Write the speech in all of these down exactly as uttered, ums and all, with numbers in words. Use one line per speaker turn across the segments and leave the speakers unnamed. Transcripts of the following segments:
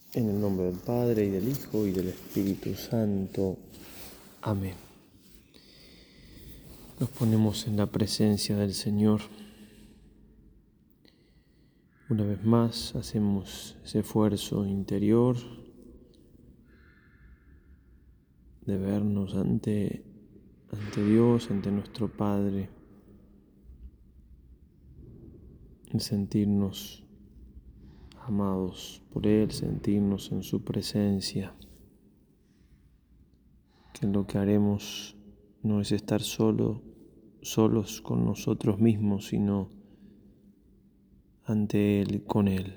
En el nombre del Padre, y del Hijo, y del Espíritu Santo. Amén. Nos ponemos en la presencia del Señor. Una vez más hacemos ese esfuerzo interior de vernos ante, ante Dios, ante nuestro Padre, de sentirnos amados por Él, sentirnos en su presencia, que lo que haremos no es estar solo, solos con nosotros mismos, sino ante Él y con Él.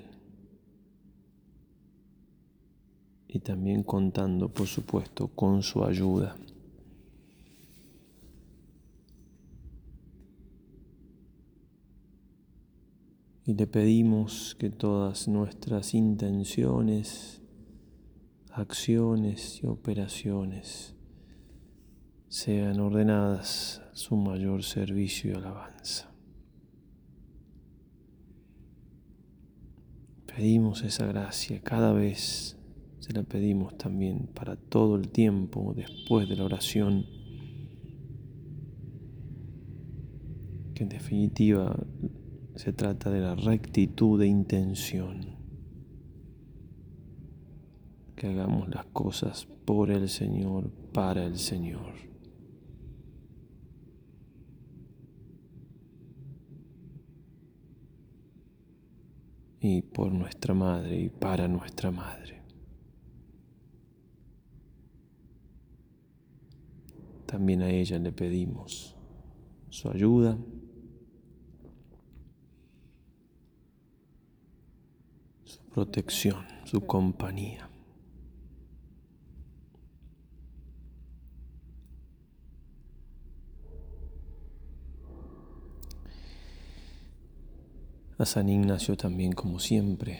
Y también contando, por supuesto, con su ayuda. Y le pedimos que todas nuestras intenciones, acciones y operaciones sean ordenadas a su mayor servicio y alabanza. Pedimos esa gracia, cada vez se la pedimos también para todo el tiempo después de la oración, que en definitiva se trata de la rectitud de intención, que hagamos las cosas por el Señor, para el Señor. Y por nuestra Madre y para nuestra Madre. También a ella le pedimos su ayuda, su protección, su compañía. A San Ignacio también, como siempre,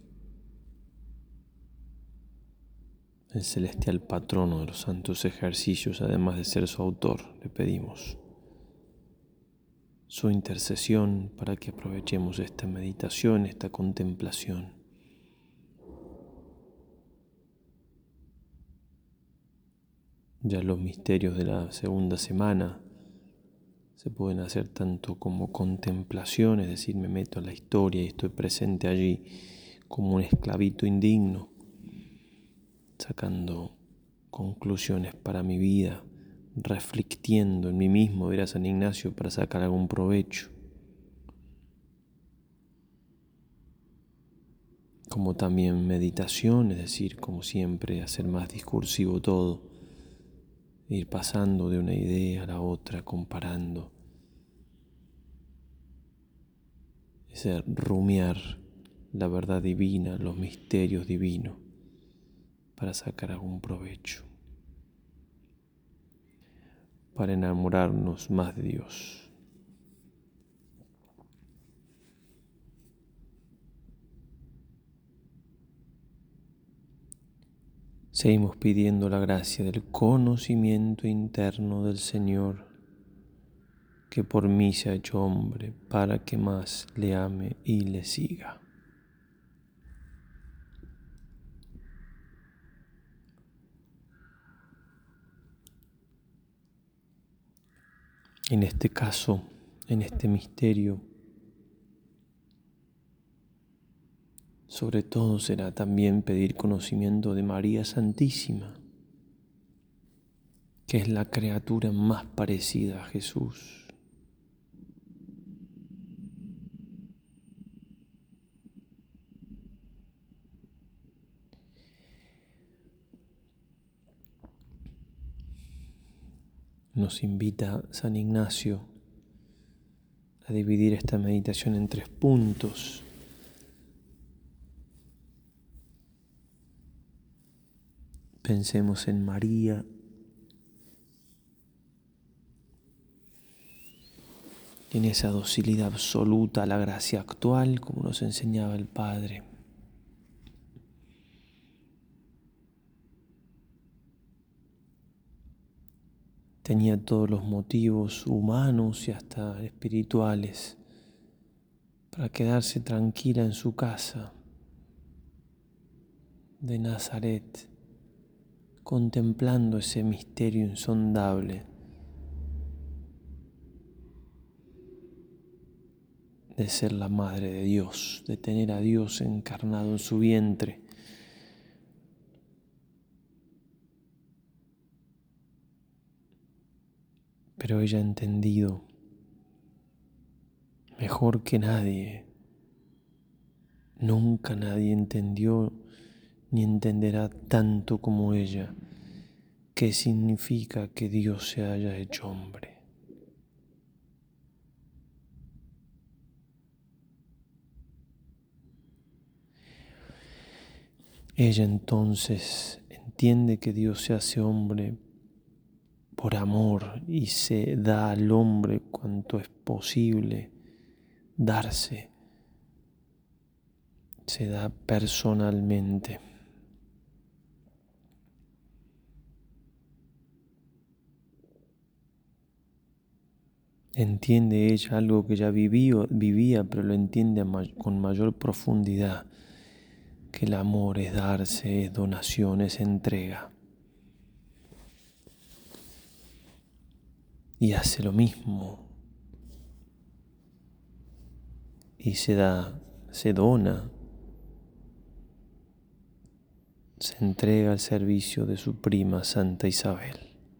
el celestial patrono de los santos ejercicios, además de ser su autor, le pedimos su intercesión para que aprovechemos esta meditación, esta contemplación. Ya los misterios de la segunda semana se pueden hacer tanto como contemplación, es decir, me meto en la historia y estoy presente allí como un esclavito indigno, sacando conclusiones para mi vida, reflectiendo en mí mismo, dirá San Ignacio, para sacar algún provecho. Como también meditación, es decir, como siempre, hacer más discursivo todo, ir pasando de una idea a la otra, comparando, ese rumiar la verdad divina, los misterios divinos, para sacar algún provecho, para enamorarnos más de Dios. Seguimos pidiendo la gracia del conocimiento interno del Señor, que por mí se ha hecho hombre, para que más le ame y le siga. En este caso, en este misterio, sobre todo será también pedir conocimiento de María Santísima, que es la criatura más parecida a Jesús. Nos invita San Ignacio a dividir esta meditación en tres puntos. Pensemos en María, en esa docilidad absoluta a la gracia actual, como nos enseñaba el Padre. Tenía todos los motivos humanos y hasta espirituales para quedarse tranquila en su casa, de Nazaret, contemplando ese misterio insondable de ser la madre de Dios, de tener a Dios encarnado en su vientre. Pero ella ha entendido mejor que nadie. Nunca nadie entendió ni entenderá tanto como ella qué significa que Dios se haya hecho hombre. Ella entonces entiende que Dios se hace hombre por amor y se da al hombre cuanto es posible darse, se da personalmente. Entiende ella algo que ya vivió, vivía, pero lo entiende con mayor profundidad, que el amor es darse, es donación, es entrega. Y hace lo mismo. Y se da, se dona, se entrega al servicio de su prima Santa Isabel.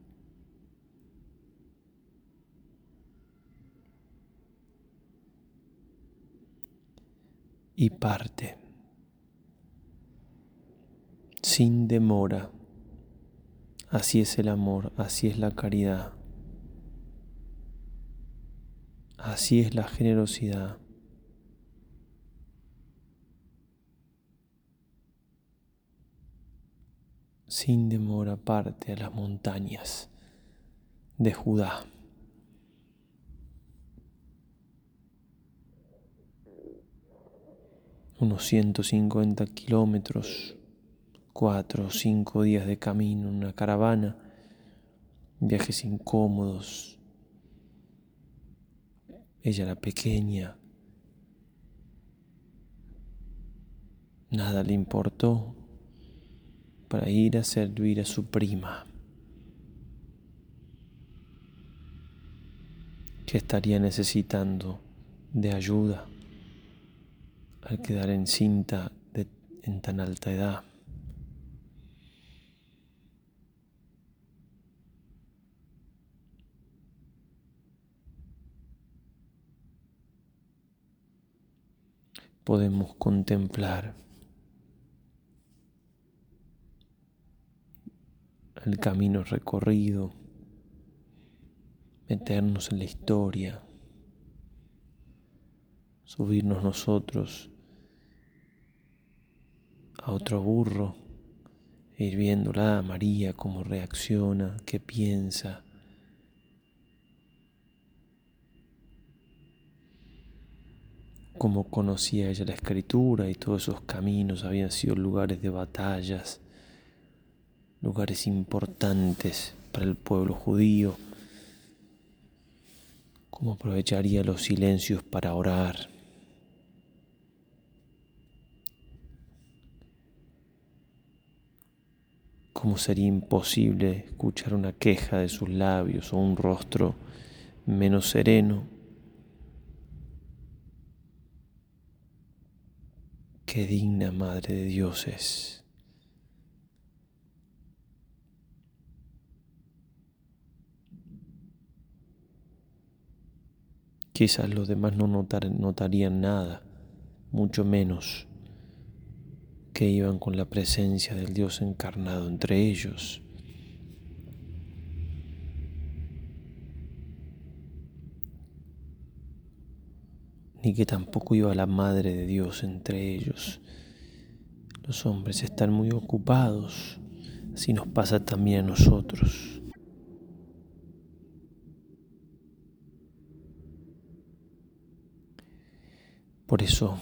Y parte, sin demora. Así es el amor, así es la caridad, así es la generosidad. Sin demora parte a las montañas de Judá. Unos ciento cincuenta kilómetros, cuatro o cinco días de camino en una caravana, viajes incómodos. Ella era pequeña, nada le importó para ir a servir a su prima, que estaría necesitando de ayuda al quedar encinta de, en tan alta edad. Podemos contemplar el camino recorrido, meternos en la historia, subirnos nosotros a otro burro e ir viéndola a María cómo reacciona, qué piensa. Cómo conocía ella la escritura y todos esos caminos habían sido lugares de batallas, lugares importantes para el pueblo judío. Cómo aprovecharía los silencios para orar. Cómo sería imposible escuchar una queja de sus labios o un rostro menos sereno. Qué digna Madre de Dios es. Quizás los demás no notar, notarían nada, mucho menos que iban con la presencia del Dios encarnado entre ellos. Ni que tampoco iba la Madre de Dios entre ellos. Los hombres están muy ocupados, así nos pasa también a nosotros. Por eso,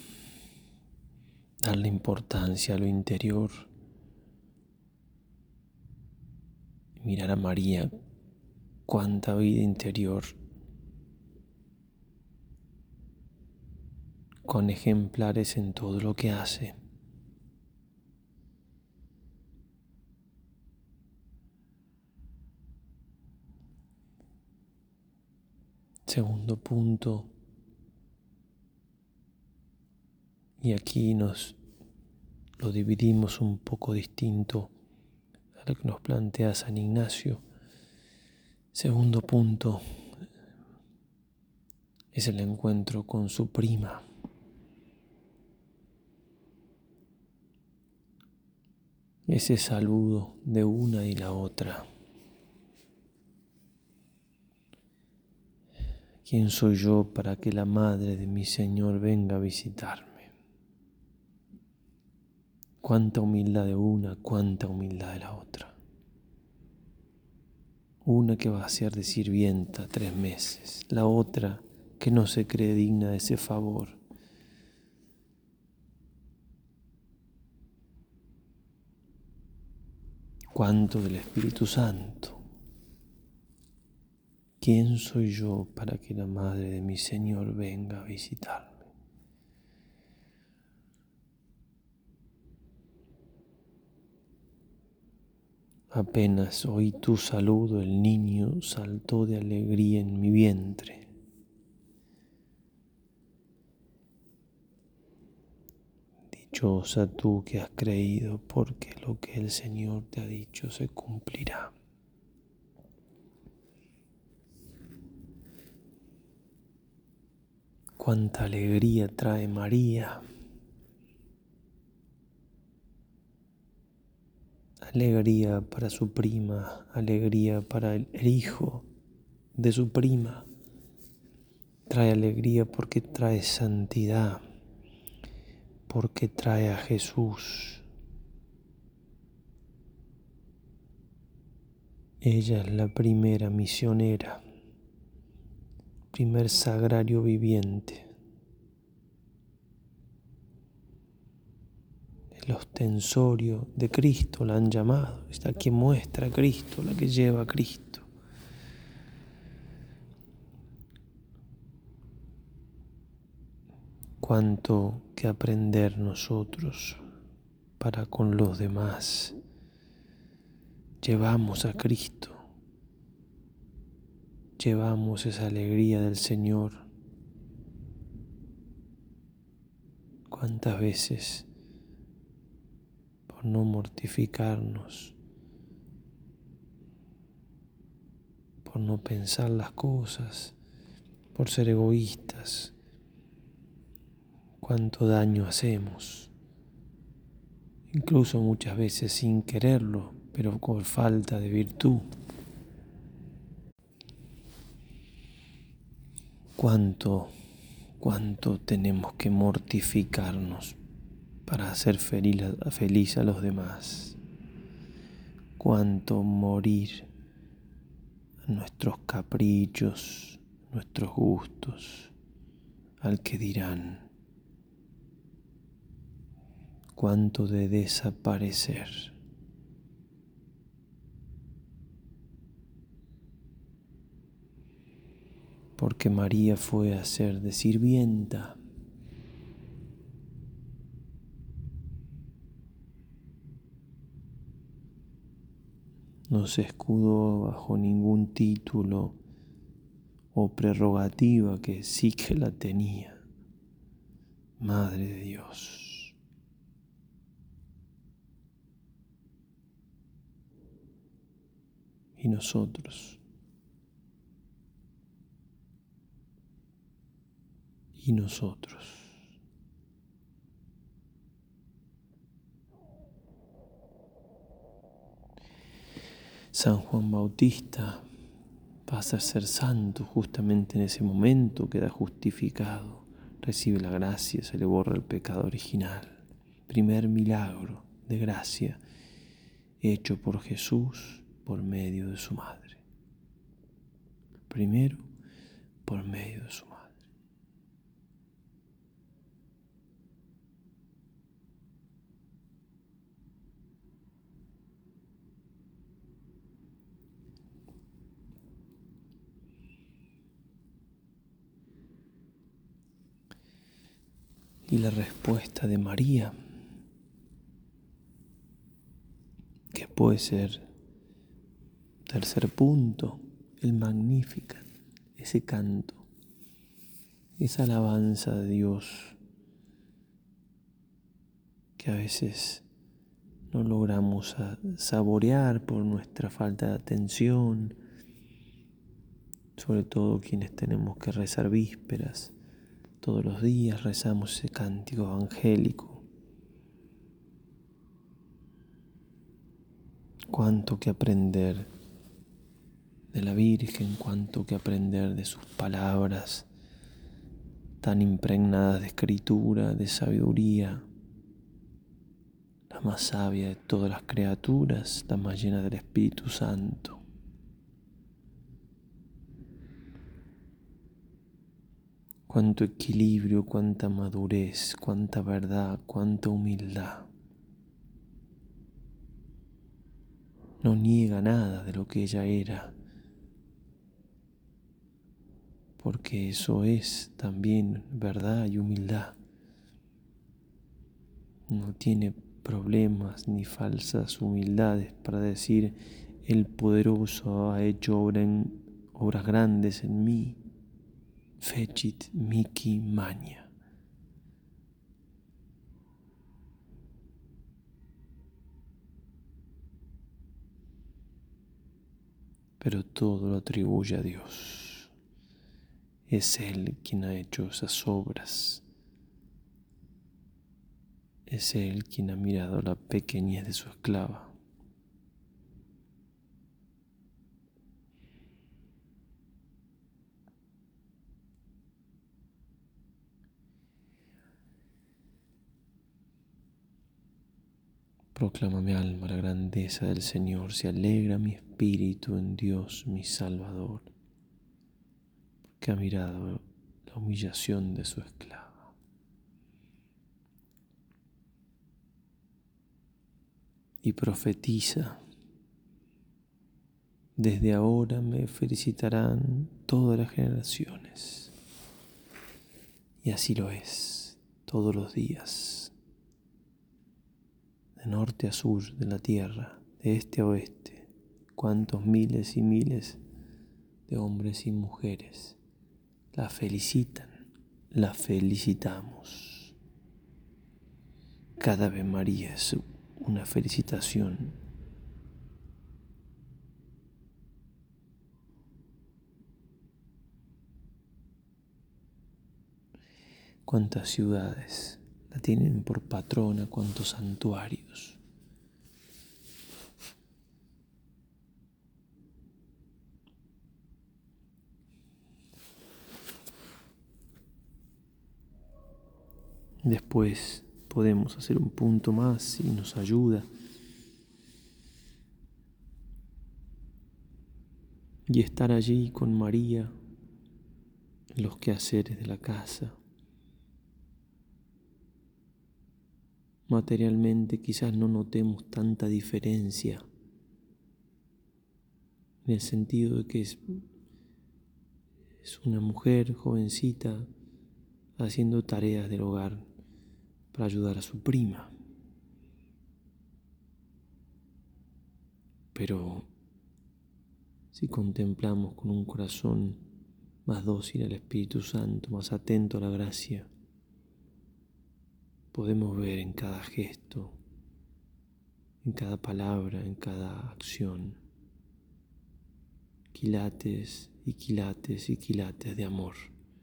darle importancia a lo interior, mirar a María, cuánta vida interior, con ejemplares en todo lo que hace. Segundo punto, y aquí nos lo dividimos un poco distinto a lo que nos plantea San Ignacio. Segundo punto es el encuentro con su prima. Ese saludo de una y la otra. ¿Quién soy yo para que la madre de mi Señor venga a visitarme? Cuánta humildad de una, cuánta humildad de la otra. Una que va a ser de sirvienta tres meses, la otra que no se cree digna de ese favor. Cuánto del Espíritu Santo. ¿Quién soy yo para que la madre de mi Señor venga a visitarme? Apenas oí tu saludo, el niño saltó de alegría en mi vientre. Dichosa tú que has creído, porque lo que el Señor te ha dicho se cumplirá. Cuánta alegría trae María. Alegría para su prima, alegría para el hijo de su prima. Trae alegría porque trae santidad, porque trae a Jesús. Ella es la primera misionera, primer sagrario viviente. El ostensorio de Cristo la han llamado, es la que muestra a Cristo, la que lleva a Cristo. Cuánto que aprender nosotros para con los demás. Llevamos a Cristo, llevamos esa alegría del Señor. Cuántas veces, por no mortificarnos, por no pensar las cosas, por ser egoístas, cuánto daño hacemos, incluso muchas veces sin quererlo, pero por falta de virtud. Cuánto, cuánto tenemos que mortificarnos para hacer feliz a, feliz a los demás. Cuánto morir a nuestros caprichos, nuestros gustos, al que dirán. Cuánto de desaparecer. Porque María fue a ser de sirvienta. No se escudó bajo ningún título o prerrogativa que sí que la tenía. Madre de Dios. Y nosotros. Y nosotros. San Juan Bautista pasa a ser santo justamente en ese momento, queda justificado, recibe la gracia, se le borra el pecado original. Primer milagro de gracia hecho por Jesús por medio de su madre. Primero, por medio de su madre. Y la respuesta de María, que puede ser, tercer punto, el Magnificat, ese canto, esa alabanza de Dios que a veces no logramos saborear por nuestra falta de atención, sobre todo quienes tenemos que rezar vísperas. Todos los días rezamos ese cántico evangélico. Cuánto que aprender de la Virgen, cuánto que aprender de sus palabras tan impregnadas de escritura, de sabiduría, la más sabia de todas las criaturas, la más llena del Espíritu Santo. Cuánto equilibrio, cuánta madurez, cuánta verdad, cuánta humildad. No niega nada de lo que ella era, porque eso es también verdad y humildad. No tiene problemas ni falsas humildades para decir: el poderoso ha hecho obra en, obras grandes en mí. Fecit mihi magna. Pero todo lo atribuye a Dios. Es Él quien ha hecho esas obras. Es Él quien ha mirado la pequeñez de su esclava. Proclama mi alma la grandeza del Señor, se alegra mi espíritu en Dios mi Salvador, porque ha mirado la humillación de su esclava. Y profetiza: desde ahora me felicitarán todas las generaciones. Y así lo es, todos los días. De norte a sur de la tierra, de este a oeste, cuántos miles y miles de hombres y mujeres la felicitan, la felicitamos. Cada Ave María es una felicitación. Cuántas ciudades la tienen por patrona, cuántos santuarios. Después podemos hacer un punto más y nos ayuda. Y estar allí con María en los quehaceres de la casa. Materialmente quizás no notemos tanta diferencia, en el sentido de que es, es una mujer jovencita haciendo tareas del hogar para ayudar a su prima. Pero si contemplamos con un corazón más dócil al Espíritu Santo, más atento a la gracia, podemos ver en cada gesto, en cada palabra, en cada acción, quilates y quilates y quilates de amor,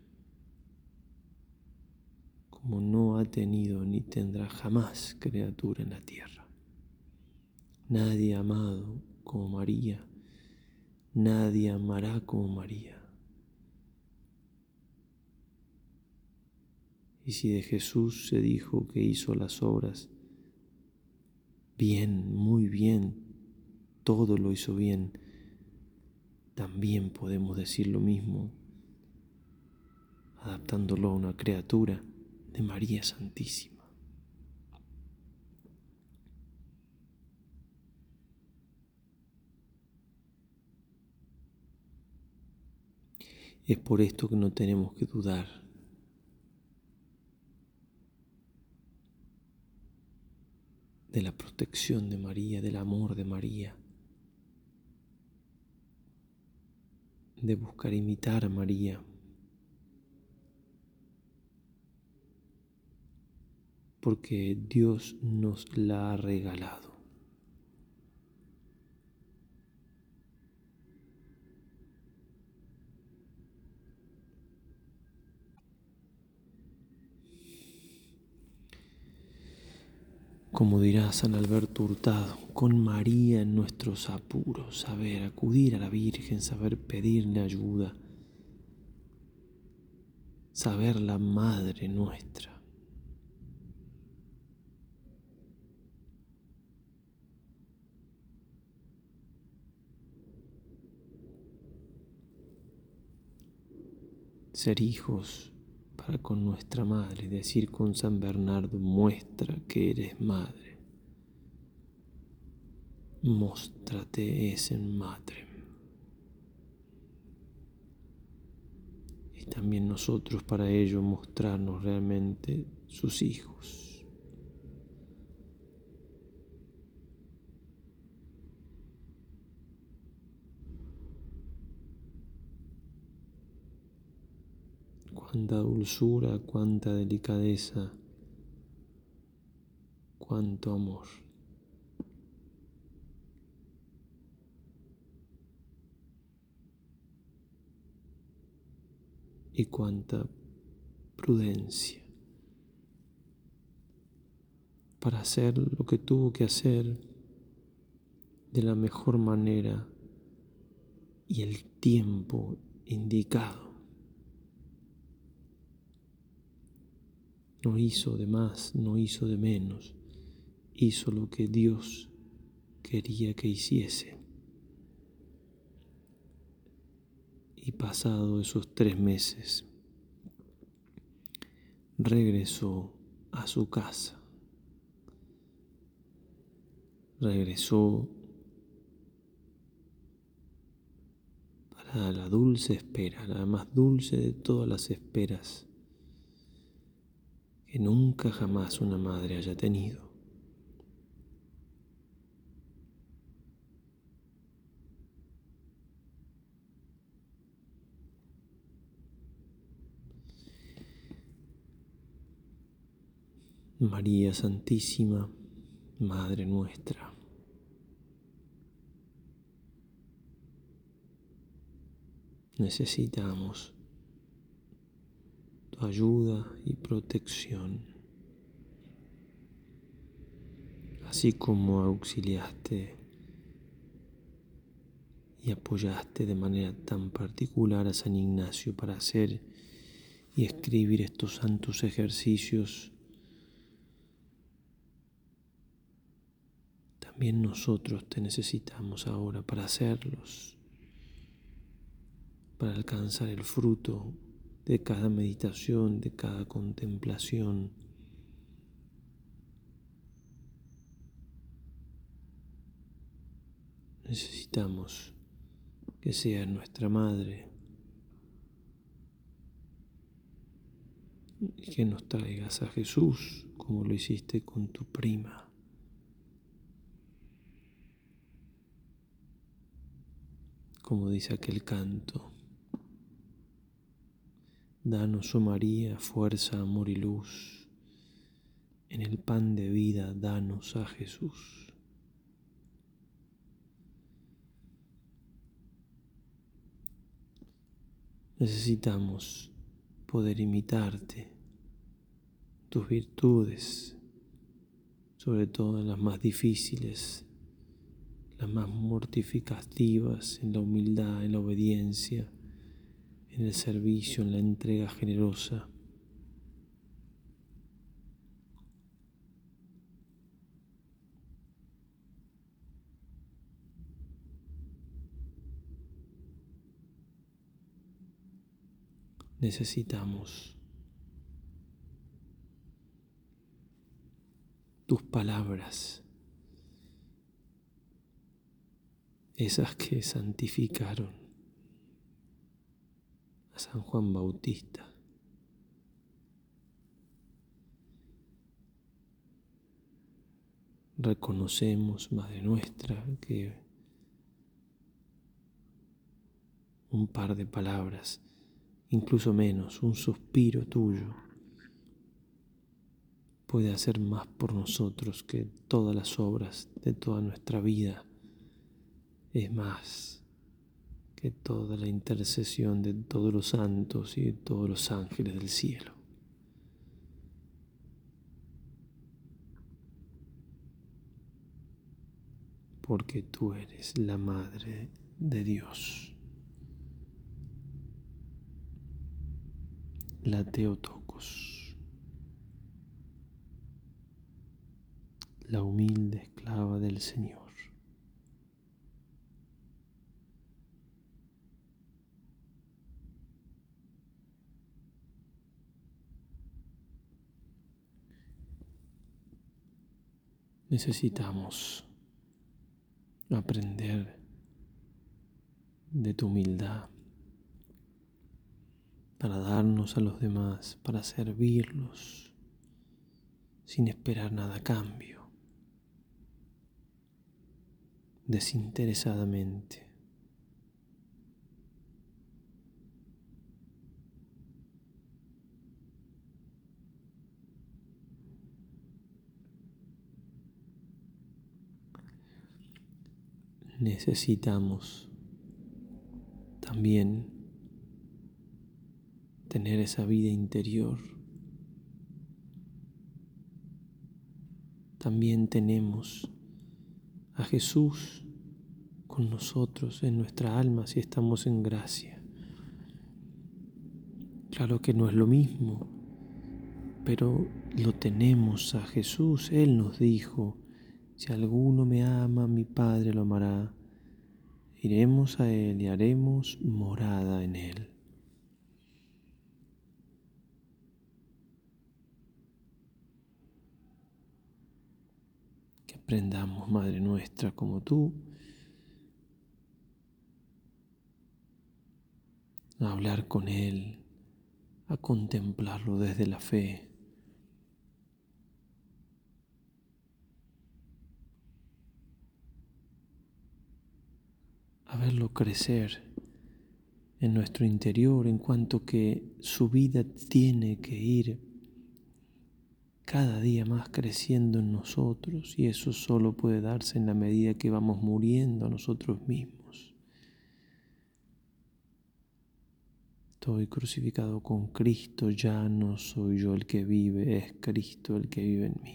como no ha tenido ni tendrá jamás criatura en la tierra. Nadie ha amado como María, nadie amará como María. Y si de Jesús se dijo que hizo las obras bien, muy bien, todo lo hizo bien, también podemos decir lo mismo, adaptándolo a una criatura de María Santísima. Es por esto que no tenemos que dudar de la protección de María, del amor de María, de buscar imitar a María, porque Dios nos la ha regalado. Como dirá San Alberto Hurtado, con María en nuestros apuros, saber acudir a la Virgen, saber pedirle ayuda, saber la Madre nuestra. Ser hijos para con nuestra Madre, decir con San Bernardo, muestra que eres Madre. Móstrate es en Matrem. Y también nosotros para ello mostrarnos realmente sus hijos. Cuánta dulzura, cuánta delicadeza, cuánto amor. Y cuánta prudencia para hacer lo que tuvo que hacer de la mejor manera y el tiempo indicado. No hizo de más, no hizo de menos, hizo lo que Dios quería que hiciese. Y pasado esos tres meses, regresó a su casa. Regresó para la dulce espera, la más dulce de todas las esperas que nunca jamás una madre haya tenido. María Santísima, Madre nuestra, necesitamos tu ayuda y protección, así como auxiliaste y apoyaste de manera tan particular a San Ignacio para hacer y escribir estos santos ejercicios. También nosotros te necesitamos ahora para hacerlos, para alcanzar el fruto de cada meditación, de cada contemplación. Necesitamos que seas nuestra Madre y que nos traigas a Jesús como lo hiciste con tu prima. Como dice aquel canto, danos, oh María, fuerza, amor y luz, en el pan de vida danos a Jesús. Necesitamos poder imitarte, tus virtudes, sobre todo las más difíciles, las más mortificativas, en la humildad, en la obediencia, en el servicio, en la entrega generosa. Necesitamos tus palabras, esas que santificaron a San Juan Bautista. Reconocemos, Madre nuestra, que un par de palabras, incluso menos, un suspiro tuyo, puede hacer más por nosotros que todas las obras de toda nuestra vida. Es más que toda la intercesión de todos los santos y de todos los ángeles del cielo. Porque tú eres la Madre de Dios, la Theotokos, la humilde esclava del Señor. Necesitamos aprender de tu humildad para darnos a los demás, para servirlos sin esperar nada a cambio, desinteresadamente. Necesitamos también tener esa vida interior. También tenemos a Jesús con nosotros en nuestra alma si estamos en gracia. Claro que no es lo mismo, pero lo tenemos a Jesús. Él nos dijo: si alguno me ama, mi Padre lo amará. Iremos a Él y haremos morada en Él. Que aprendamos, Madre nuestra, como tú, a hablar con Él, a contemplarlo desde la fe. A verlo crecer en nuestro interior, en cuanto que su vida tiene que ir cada día más creciendo en nosotros, y eso solo puede darse en la medida que vamos muriendo a nosotros mismos. Estoy crucificado con Cristo, ya no soy yo el que vive, es Cristo el que vive en mí.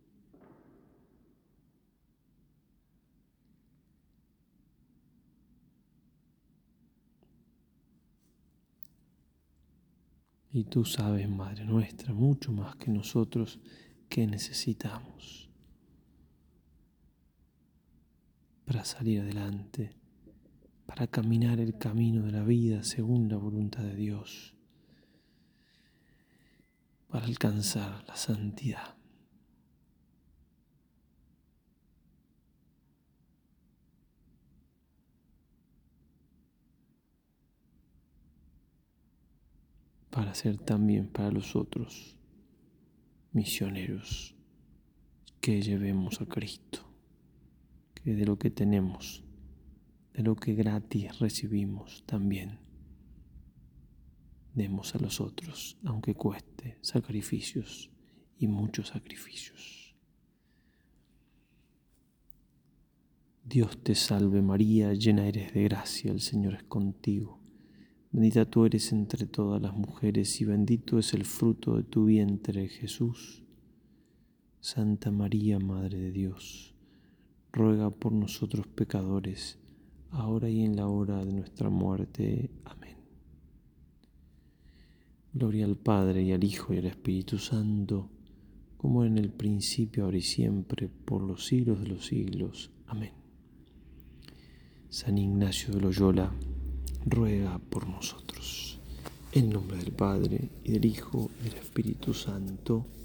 Y tú sabes, Madre nuestra, mucho más que nosotros, qué necesitamos para salir adelante, para caminar el camino de la vida según la voluntad de Dios, para alcanzar la santidad. Para ser también para los otros misioneros que llevemos a Cristo, que de lo que tenemos, de lo que gratis recibimos, también demos a los otros, aunque cueste sacrificios y muchos sacrificios. Dios te salve María, llena eres de gracia, el Señor es contigo. Bendita tú eres entre todas las mujeres y bendito es el fruto de tu vientre, Jesús. Santa María, Madre de Dios, ruega por nosotros pecadores, ahora y en la hora de nuestra muerte. Amén. Gloria al Padre, y al Hijo, y al Espíritu Santo, como en el principio, ahora y siempre, por los siglos de los siglos. Amén. San Ignacio de Loyola, ruega por nosotros. En nombre del Padre, y del Hijo, y del Espíritu Santo.